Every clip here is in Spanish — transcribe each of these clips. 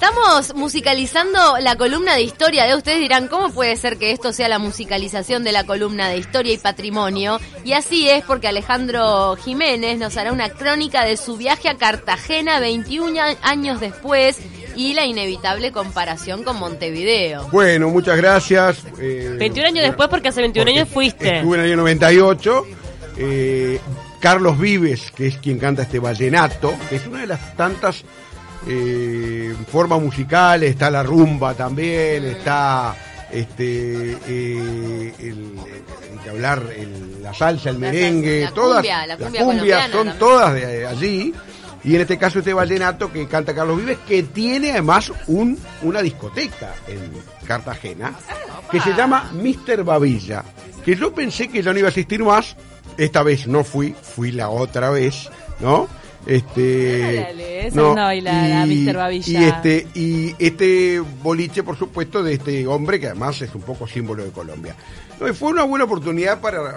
Estamos musicalizando la columna de historia. Ustedes dirán, ¿cómo puede ser que esto sea la musicalización de la columna de historia y patrimonio? Y así es porque Alejandro Jiménez nos hará una crónica de su viaje a Cartagena 21 años después y la inevitable comparación con Montevideo. Bueno, muchas gracias. 21 años después porque hace 21 años fuiste. Estuve en el año 98. Carlos Vives, que es quien canta este vallenato, que es una de las tantas formas musicales, está la rumba también, está la salsa, el merengue, la cumbia son también. todas de allí, y en este caso este vallenato que canta Carlos Vives, que tiene además una discoteca en Cartagena, que se llama Mr. Babilla, que yo pensé que ya no iba a asistir más, esta vez no fui la otra vez, ¿no? La Mr. Babilla. Y este boliche, por supuesto, de este hombre que además es un poco símbolo de Colombia. No, fue una buena oportunidad para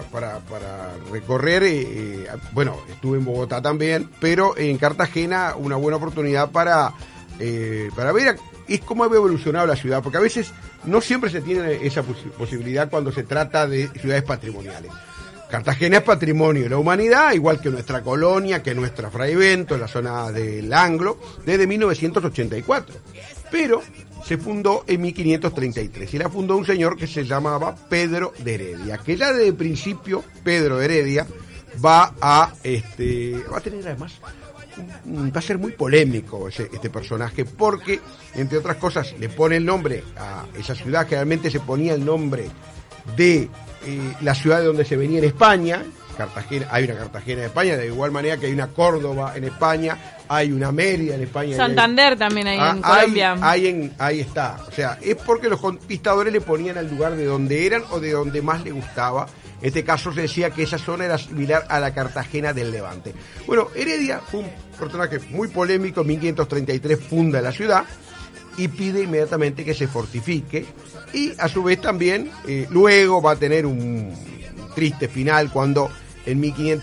recorrer, bueno, estuve en Bogotá también, pero en Cartagena una buena oportunidad para ver es cómo ha evolucionado la ciudad, porque a veces no siempre se tiene esa posibilidad cuando se trata de ciudades patrimoniales. Cartagena es patrimonio de la humanidad, igual que nuestra colonia, que nuestra Fray Bento, en la zona del Anglo, desde 1984. Pero se fundó en 1533 y la fundó un señor que se llamaba Pedro de Heredia, que ya desde el principio Pedro de Heredia va a tener además, va a ser muy polémico este personaje, porque entre otras cosas le pone el nombre a esa ciudad, que realmente se ponía el nombre de la ciudad de donde se venía en España. Cartagena, hay una Cartagena en España, de igual manera que hay una Córdoba en España, hay una Mérida en España. Santander también hay en Colombia. Ahí está. O sea, es porque los conquistadores le ponían al lugar de donde eran o de donde más le gustaba. En este caso se decía que esa zona era similar a la Cartagena del Levante. Bueno, Heredia fue un personaje muy polémico. En 1533 funda la ciudad y pide inmediatamente que se fortifique, y a su vez también luego va a tener un triste final cuando en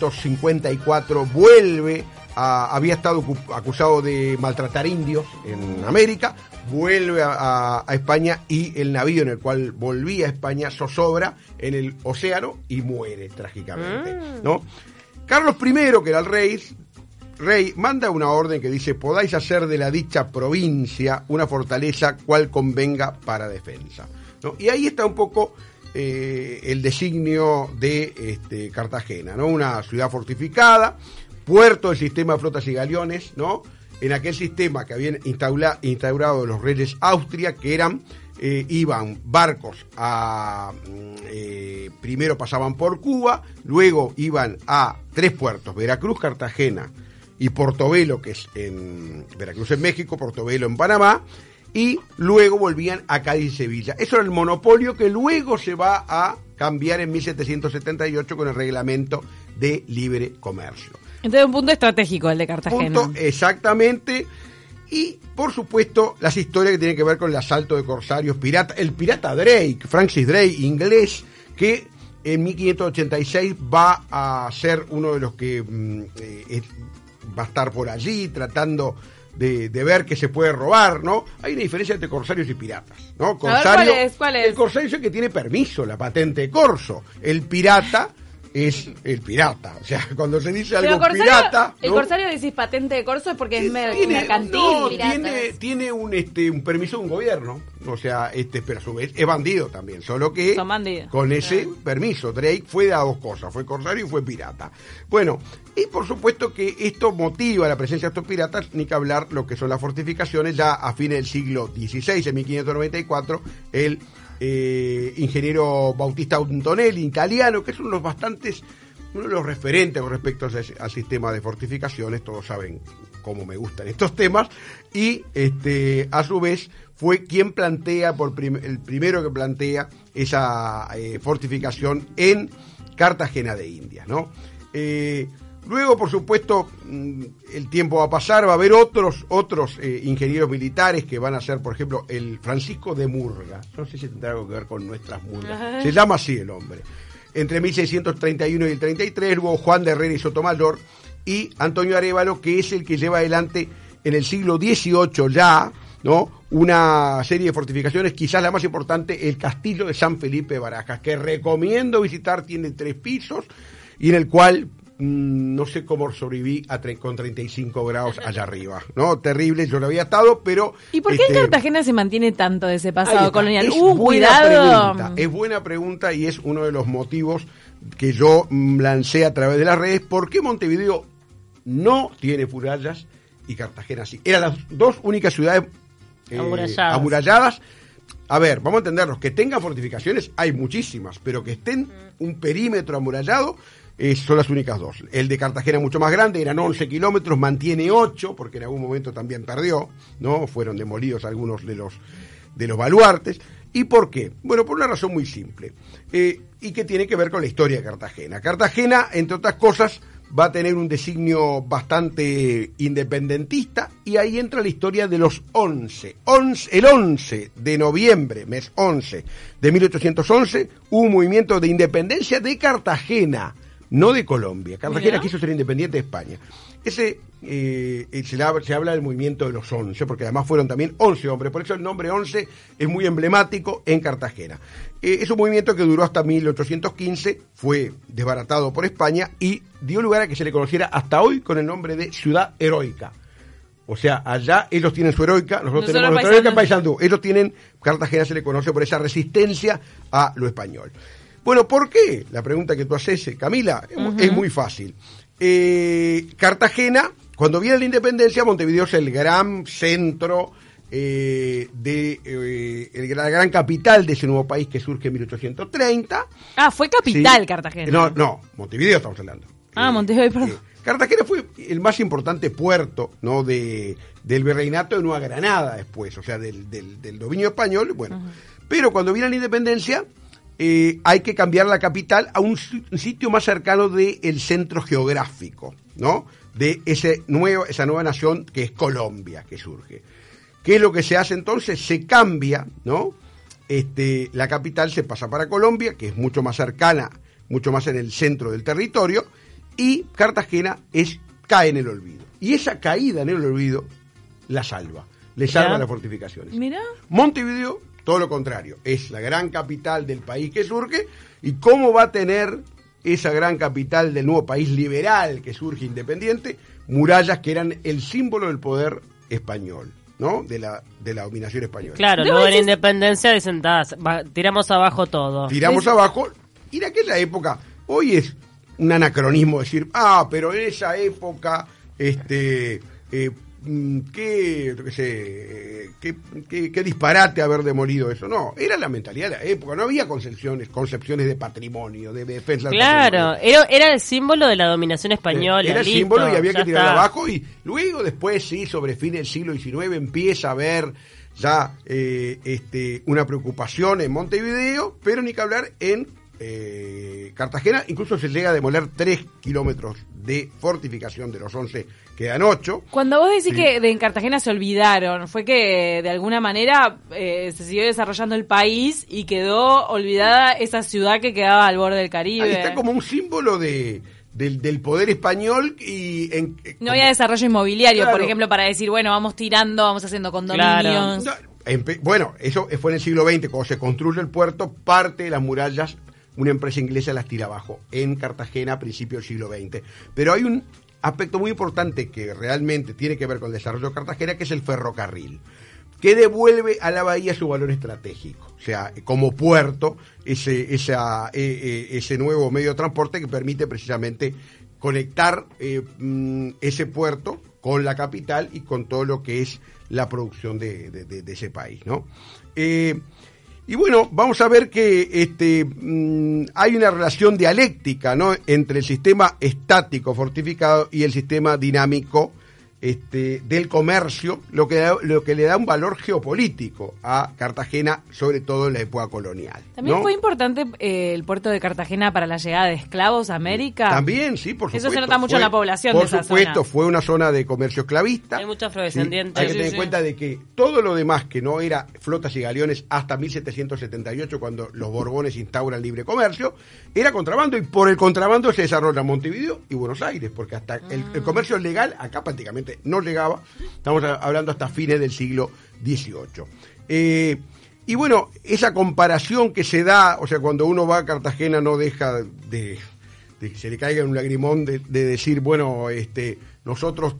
1554 había estado acusado de maltratar indios en América, vuelve a España, y el navío en el cual volvía a España zozobra en el océano y muere trágicamente, ¿no? Carlos I, que era el rey, manda una orden que dice: podáis hacer de la dicha provincia una fortaleza cual convenga para defensa, ¿no? Y ahí está un poco el designio de Cartagena, ¿no? Una ciudad fortificada, puerto del sistema de flotas y galeones, ¿no? En aquel sistema que habían instaurado los reyes Austria, que eran iban barcos primero pasaban por Cuba, luego iban a 3 puertos: Veracruz, Cartagena y Portobelo, que es en Veracruz en México, Portobelo en Panamá, y luego volvían a Cádiz y Sevilla. Eso era el monopolio que luego se va a cambiar en 1778 con el reglamento de libre comercio. Entonces un punto estratégico el de Cartagena. Exactamente. Y, por supuesto, las historias que tienen que ver con el asalto de corsarios, el pirata Drake, Francis Drake, inglés, que en 1586 va a ser uno de los que va a estar por allí tratando de ver qué se puede robar, ¿no? Hay una diferencia entre corsarios y piratas, ¿no? Corsario, ¿cuál es? El corsario es el que tiene permiso, la patente de corso. El pirata es el pirata. O sea, cuando se dice algo pirata, ¿no? El corsario decís patente de corso porque es mercantil. No, tiene un permiso de un gobierno. O sea, pero a su vez es bandido también, solo que son bandidos. Con ese permiso. Drake fue de a 2 cosas, fue corsario y fue pirata. Bueno, y por supuesto que esto motiva la presencia de estos piratas, ni que hablar lo que son las fortificaciones. Ya a fines del siglo XVI, en 1594, el ingeniero Bautista Antonelli, italiano, que es uno de los referentes con respecto al sistema de fortificaciones. Todos saben cómo me gustan estos temas, y a su vez fue quien plantea, el primero que plantea esa fortificación en Cartagena de Indias, ¿no? Luego, por supuesto, el tiempo va a pasar, va a haber otros ingenieros militares que van a ser, por ejemplo, el Francisco de Murga. No sé si tendrá algo que ver con nuestras murgas. Se llama así el hombre. Entre 1631 y el 33, luego Juan de Herrera y Sotomayor, y Antonio Arévalo, que es el que lleva adelante en el siglo XVIII ya ¿no? Una serie de fortificaciones, quizás la más importante, el Castillo de San Felipe de Barajas, que recomiendo visitar, tiene 3 pisos, y en el cual no sé cómo sobreviví con 35 grados allá arriba, ¿no? Terrible, yo no había estado, pero... ¿Y por qué en Cartagena se mantiene tanto de ese pasado colonial? Cuidado. Es buena pregunta y es uno de los motivos que yo lancé a través de las redes. ¿Por qué Montevideo no tiene murallas y Cartagena sí? Eran las 2 únicas ciudades amuralladas. A ver, vamos a entendernos, que tengan fortificaciones hay muchísimas, pero que estén un perímetro amurallado son las únicas 2. El de Cartagena mucho más grande, eran 11 kilómetros, mantiene 8, porque en algún momento también perdió, ¿no? Fueron demolidos algunos de los baluartes. ¿Y por qué? Bueno, por una razón muy simple, y que tiene que ver con la historia de Cartagena. Cartagena, entre otras cosas, va a tener un designio bastante independentista, y ahí entra la historia de los 11. El 11 de noviembre, mes 11 de 1811, hubo un movimiento de independencia de Cartagena, no de Colombia. Cartagena quiso ser independiente de España. Se habla del movimiento de los 11, porque además fueron también 11 hombres, por eso el nombre 11 es muy emblemático en Cartagena. Es un movimiento que duró hasta 1815, fue desbaratado por España y dio lugar a que se le conociera hasta hoy con el nombre de Ciudad Heroica. O sea, allá ellos tienen su heroica, nosotros tenemos nuestra heroica Paysandú. Ellos tienen, Cartagena se le conoce por esa resistencia a lo español. Bueno, ¿por qué? La pregunta que tú haces, Camila, es muy fácil. Cartagena, cuando viene la independencia, Montevideo es el gran centro, la gran capital de ese nuevo país que surge en 1830. Fue capital, ¿sí? Cartagena. No, Montevideo estamos hablando. Montevideo, perdón. Cartagena fue el más importante puerto, ¿no? del virreinato de Nueva Granada después, o sea, del dominio español, bueno. Pero cuando viene la independencia, hay que cambiar la capital a un sitio más cercano del centro geográfico, ¿no? De esa nueva nación que es Colombia, que surge. ¿Qué es lo que se hace entonces? Se cambia, ¿no? La capital se pasa para Colombia, que es mucho más cercana, mucho más en el centro del territorio, y Cartagena cae en el olvido. Y esa caída en el olvido la salva, le salva las fortificaciones. Mirá. Montevideo, todo lo contrario, es la gran capital del país que surge, y cómo va a tener esa gran capital del nuevo país liberal que surge independiente, murallas que eran el símbolo del poder español, ¿no? De la dominación española. Claro, luego de la independencia dicen, tiramos abajo todo. Tiramos abajo, y en aquella época, hoy es un anacronismo decir, pero en esa época, qué disparate haber demolido eso. No, era la mentalidad de la época, no había concepciones de patrimonio, de defensa del patrimonio. Era el símbolo de la dominación española. Era el símbolo y había que tirarlo abajo, y luego después sí, sobre fin del siglo XIX empieza a haber ya una preocupación en Montevideo, pero ni que hablar en Cartagena. Incluso se llega a demoler 3 kilómetros de fortificación de los 11, quedan 8. Cuando vos decís que en Cartagena se olvidaron, fue que de alguna manera se siguió desarrollando el país y quedó olvidada esa ciudad que quedaba al borde del Caribe. Ahí está como un símbolo del poder español no había desarrollo inmobiliario, por ejemplo, para decir, bueno, vamos tirando, vamos haciendo condominios. Bueno, eso fue en el siglo XX, cuando se construye el puerto, parte de las murallas, una empresa inglesa las tira abajo, en Cartagena a principios del siglo XX. Pero hay un aspecto muy importante que realmente tiene que ver con el desarrollo de Cartagena, que es el ferrocarril, que devuelve a la bahía su valor estratégico. O sea, como puerto, ese nuevo medio de transporte que permite precisamente conectar ese puerto con la capital y con todo lo que es la producción de ese país, ¿no? Y bueno, vamos a ver que hay una relación dialéctica, ¿no?, entre el sistema estático fortificado y el sistema dinámico del comercio, lo que le da un valor geopolítico a Cartagena, sobre todo en la época colonial. También, ¿no? Fue importante el puerto de Cartagena para la llegada de esclavos a América. También, sí, por supuesto. Eso se nota mucho en la población de esa zona. Por supuesto, fue una zona de comercio esclavista. Hay muchos afrodescendientes. Hay que tener en cuenta de que todo lo demás que no era flotas y galeones hasta 1778, cuando los Borbones instauran libre comercio, era contrabando, y por el contrabando se desarrolla Montevideo y Buenos Aires, porque hasta el comercio legal acá prácticamente realmente no llegaba. Estamos hablando hasta fines del siglo XVIII. Y bueno, esa comparación que se da, o sea, cuando uno va a Cartagena no deja de que se le caiga un lagrimón de decir, bueno, nosotros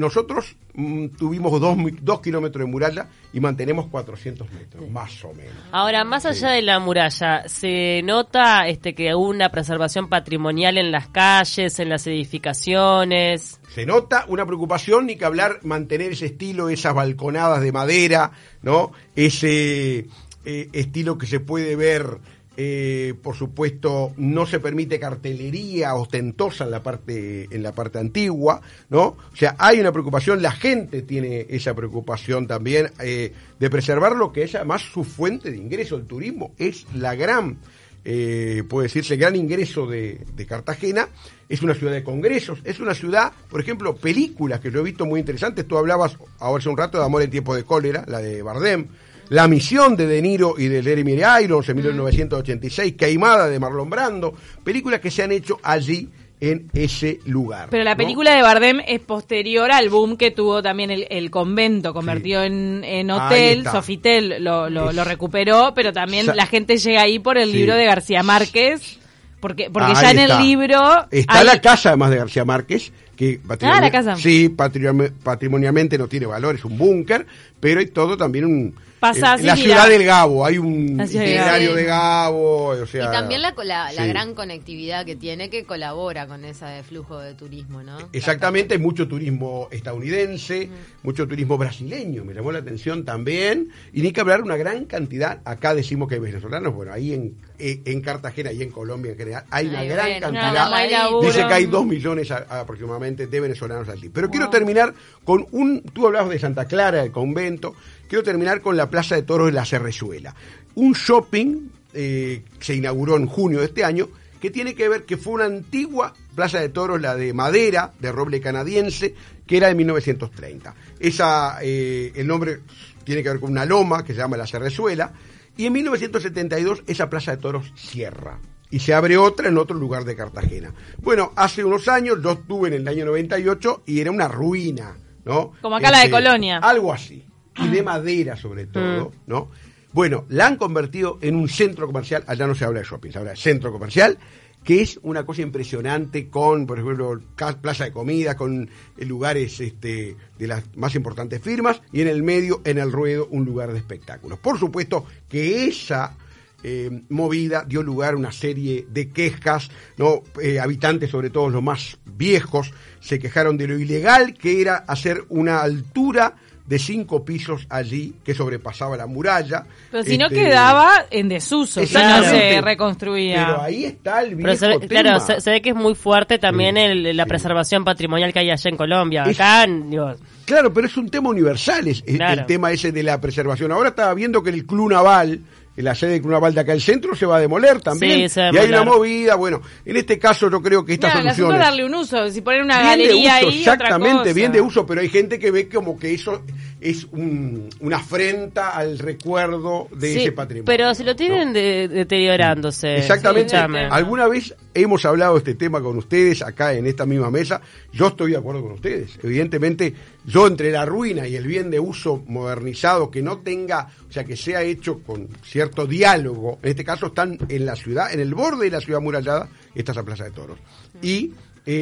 tuvimos 2 kilómetros de muralla y mantenemos 400 metros, más o menos. Ahora, más allá de la muralla, ¿se nota que hubo una preservación patrimonial en las calles, en las edificaciones? Se nota una preocupación, ni que hablar, mantener ese estilo, esas balconadas de madera, ¿no? Ese estilo que se puede ver. Por supuesto, no se permite cartelería ostentosa en la parte antigua, ¿no? O sea, hay una preocupación, la gente tiene esa preocupación también de preservar lo que es además su fuente de ingreso. El turismo es la gran, puede decirse, el gran ingreso de Cartagena. Es una ciudad de congresos, es una ciudad, por ejemplo, películas que yo he visto muy interesantes. Tú hablabas ahora hace un rato de Amor en tiempos de cólera, la de Bardem. La misión de De Niro y de Jeremy Irons en 1986, Queimada de Marlon Brando, películas que se han hecho allí en ese lugar. Pero la película de Bardem es posterior al boom que tuvo también el convento, convertido en hotel. Sofitel lo recuperó, pero también la gente llega ahí por el libro de García Márquez, porque ya en el libro... Está la casa además de García Márquez, que la casa. Sí, patrimonialmente no tiene valor, es un búnker, pero hay todo también la ciudad del Gabo, hay un itinerario de Gabo, o sea, y también la gran conectividad que tiene, que colabora con ese flujo de turismo, ¿no? Exactamente, hay mucho turismo estadounidense, mucho turismo brasileño, me llamó la atención también, y ni que hablar una gran cantidad, acá decimos que hay venezolanos, bueno, ahí en Cartagena y en Colombia en general, hay una gran cantidad, dice que hay 2 millones aproximadamente de venezolanos allí. Pero quiero terminar con tú hablabas de Santa Clara, del convento, quiero terminar con la Plaza de Toros de la Cerrezuela. Un shopping se inauguró en junio de este año, que tiene que ver que fue una antigua Plaza de Toros, la de madera, de roble canadiense, que era de 1930. El nombre tiene que ver con una loma que se llama la Cerrezuela, y en 1972 esa Plaza de Toros cierra. Y se abre otra en otro lugar de Cartagena. Bueno, hace unos años, yo estuve en el año 98 y era una ruina, ¿no? Como acá la de Colonia. Algo así. Y de madera sobre todo, ¿no? Bueno, la han convertido en un centro comercial. Allá no se habla de shopping, se habla de centro comercial, que es una cosa impresionante con, por ejemplo, plaza de comida, con lugares de las más importantes firmas, y en el medio, en el ruedo, un lugar de espectáculos. Por supuesto que esa movida dio lugar a una serie de quejas, ¿no? Habitantes, sobre todo los más viejos, se quejaron de lo ilegal que era hacer una altura de 5 pisos allí que sobrepasaba la muralla. Pero si no quedaba en desuso, si no se reconstruía. Pero ahí está el viejo tema. Claro, se ve que es muy fuerte también la preservación patrimonial que hay allá en Colombia. Acá, claro, pero es un tema universal, el tema ese de la preservación. Ahora estaba viendo que el Club Naval, la sede del Club Naval de acá del centro, se va a demoler también. Sí, y hay una movida, bueno, en este caso yo creo que estas soluciones... El darle un uso, si ponen una galería ahí, exactamente, otra cosa. Bien de uso, pero hay gente que ve como que eso es una afrenta al recuerdo de ese patrimonio. Pero si lo tienen deteriorándose. Exactamente. Alguna vez hemos hablado de este tema con ustedes acá en esta misma mesa. Yo estoy de acuerdo con ustedes. Evidentemente, yo entre la ruina y el bien de uso modernizado que no tenga, o sea, que sea hecho con cierto diálogo, en este caso están en la ciudad, en el borde de la ciudad amurallada, está esa Plaza de Toros. Y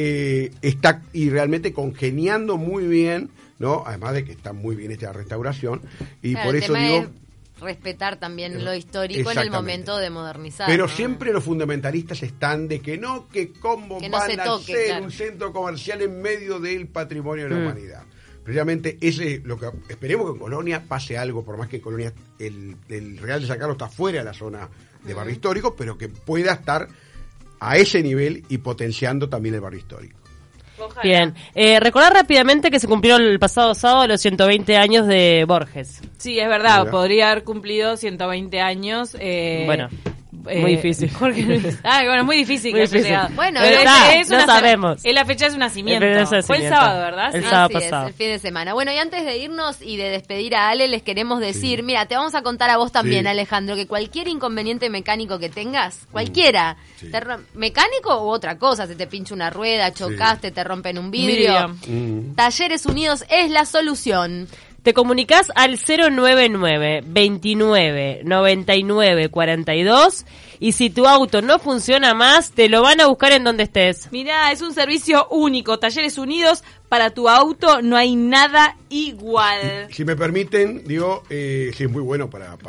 está realmente congeniando muy bien, ¿no? Además de que está muy bien hecha la restauración, y por eso digo... respetar también lo histórico en el momento de modernizar. Pero ¿no? siempre los fundamentalistas están de que cómo que van no a ser un centro comercial en medio del patrimonio de la humanidad. Precisamente ese lo que esperemos que en Colonia pase algo, por más que en Colonia el Real de San Carlos está fuera de la zona de barrio histórico, pero que pueda estar a ese nivel y potenciando también el barrio histórico. Ojalá. Bien, recordar rápidamente que se cumplieron el pasado sábado los 120 años de Borges. Sí, es verdad, podría haber cumplido 120 años. Bueno. Muy difícil. Jorge Luis. Bueno, muy difícil Muy que haya difícil. llegado. Bueno, Pero no sabemos. Es la fecha de su nacimiento. Es la fecha de Fue el nacimiento. sábado, ¿verdad? El Sí. sábado Así pasado. es, el fin de semana. Bueno, y antes de irnos y de despedir a Ale, les queremos decir, mira, te vamos a contar a vos también, Sí. Alejandro, que cualquier inconveniente mecánico que tengas, cualquiera, Sí. mecánico u otra cosa, se te pincha una rueda, chocaste, te rompen un vidrio, Talleres Unidos es la solución. Te comunicás al 099 29 99 42 y si tu auto no funciona más, te lo van a buscar en donde estés. Mirá, es un servicio único. Talleres Unidos, para tu auto no hay nada igual. Si me permiten, digo, sí es muy bueno para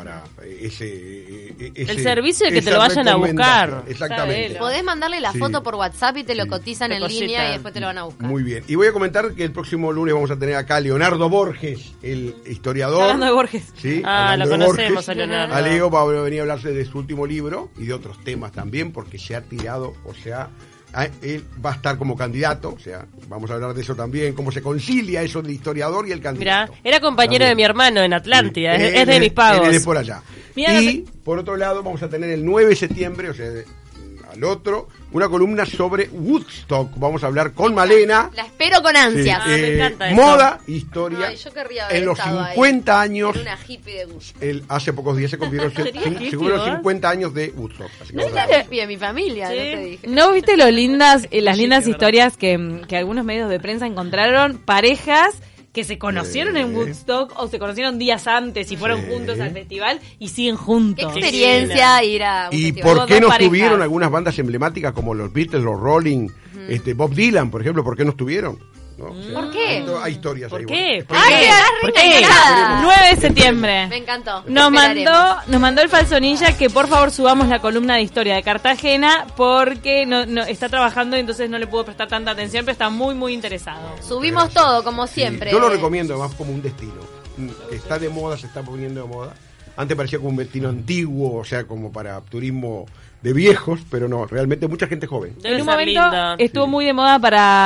ese El servicio de que te esa lo vayan a recomendación. buscar. Exactamente. Sabelo. Podés mandarle la Sí. foto por WhatsApp y te lo cotizan Te en cositan. línea y después te lo van a buscar. Muy bien. Y voy a comentar que el próximo lunes vamos a tener acá a Leonardo Borges, el historiador. Hablando de Borges. Sí, Ah, hablando lo de conocemos Borges. a Leonardo. A Leo va a venir a hablarse de su último libro y de otros temas también, porque se ha tirado, o sea, él va a estar como candidato, o sea, vamos a hablar de eso también, cómo se concilia eso del historiador y el Mirá, candidato. era compañero También. de mi hermano en Atlántida, Sí, es de mis pagos. Él es por allá. Mirá, Y por otro lado vamos a tener el 9 de septiembre, o sea, al otro, una columna sobre Woodstock. Vamos a hablar con Malena. La espero con ansias. Ah, me encanta eso. Moda, historia. Ay, yo querría haber en los estado ahí. 50 años. Era una hippie de gusto. Hace pocos días se cumplieron Sería hippie, se cumplieron ¿verdad? 50 años de Woodstock. Así que No vamos a es hablar. la hippie de mi familia, Sí. no te dije. ¿No viste las lindas Sí, lindas sí, historias que algunos medios de prensa encontraron? Parejas que se conocieron en Woodstock o se conocieron días antes y fueron Sí. juntos al festival y siguen Qué juntos. experiencia ir a un ¿Y festival. por qué Dos no parejas. estuvieron algunas bandas emblemáticas como los Beatles, los Rolling, Bob Dylan, por ejemplo? ¿Por qué no estuvieron? ¿No? O sea, ¿Por qué? Hay historias ¿Por ahí. qué? bueno. ¿Por Ay, qué? quedás ¿Por re qué? enganchada. 9 de septiembre. Me encantó. Nos Esperaremos. mandó el Falsonilla que por favor subamos la columna de historia de Cartagena porque no está trabajando y entonces no le pudo prestar tanta atención, pero está muy, muy interesado. Subimos todo, como Sí, siempre. yo lo recomiendo además como un destino. Está de moda, se está poniendo de moda. Antes parecía como un destino antiguo, o sea, como para turismo de viejos, pero no, realmente mucha gente joven. Debe En un ser momento linda. estuvo Sí. muy de moda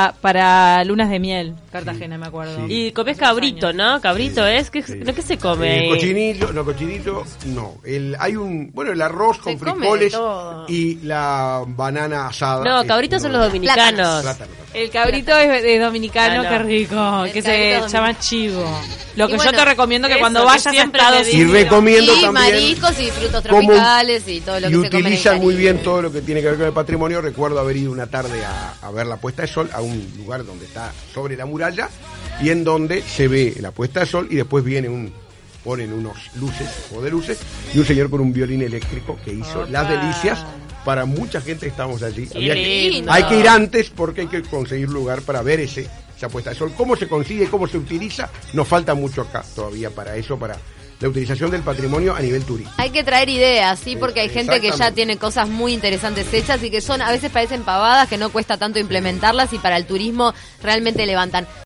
para lunas de miel, Cartagena, me acuerdo. Sí. Y comés cabrito, ¿no? Cabrito es, ¿qué se come ahí? Cochinito, no. Hay el arroz con Se come frijoles de todo. y la banana asada. No, cabritos son los dominicanos. Plátano. El cabrito es dominicano, Ah, no. qué rico, El que cabrito se llama chivo. Lo que Y yo bueno, te recomiendo que eso, cuando que vayas a siempre Estados me Y dicen. Unidos... recomiendo Y también mariscos y frutos cómo- tropicales y todo lo y que se come en el utilizan muy Caribe. bien todo lo que tiene que ver con el patrimonio. Recuerdo haber ido una tarde a ver la puesta de sol a un lugar donde está sobre la muralla y en donde se ve la puesta de sol y después ponen unos luces y un señor con un violín eléctrico que hizo Opa. las delicias para mucha gente que estábamos allí. Qué Había lindo. hay que ir antes porque hay que conseguir lugar para ver esa puesta de sol. ¿Cómo se consigue? ¿Cómo se utiliza? Nos falta mucho acá todavía para eso, para la utilización del patrimonio a nivel turístico. Hay que traer ideas, sí, porque hay gente que ya Exactamente. tiene cosas muy interesantes hechas y que a veces parecen pavadas, que no cuesta tanto implementarlas y para el turismo realmente levantan.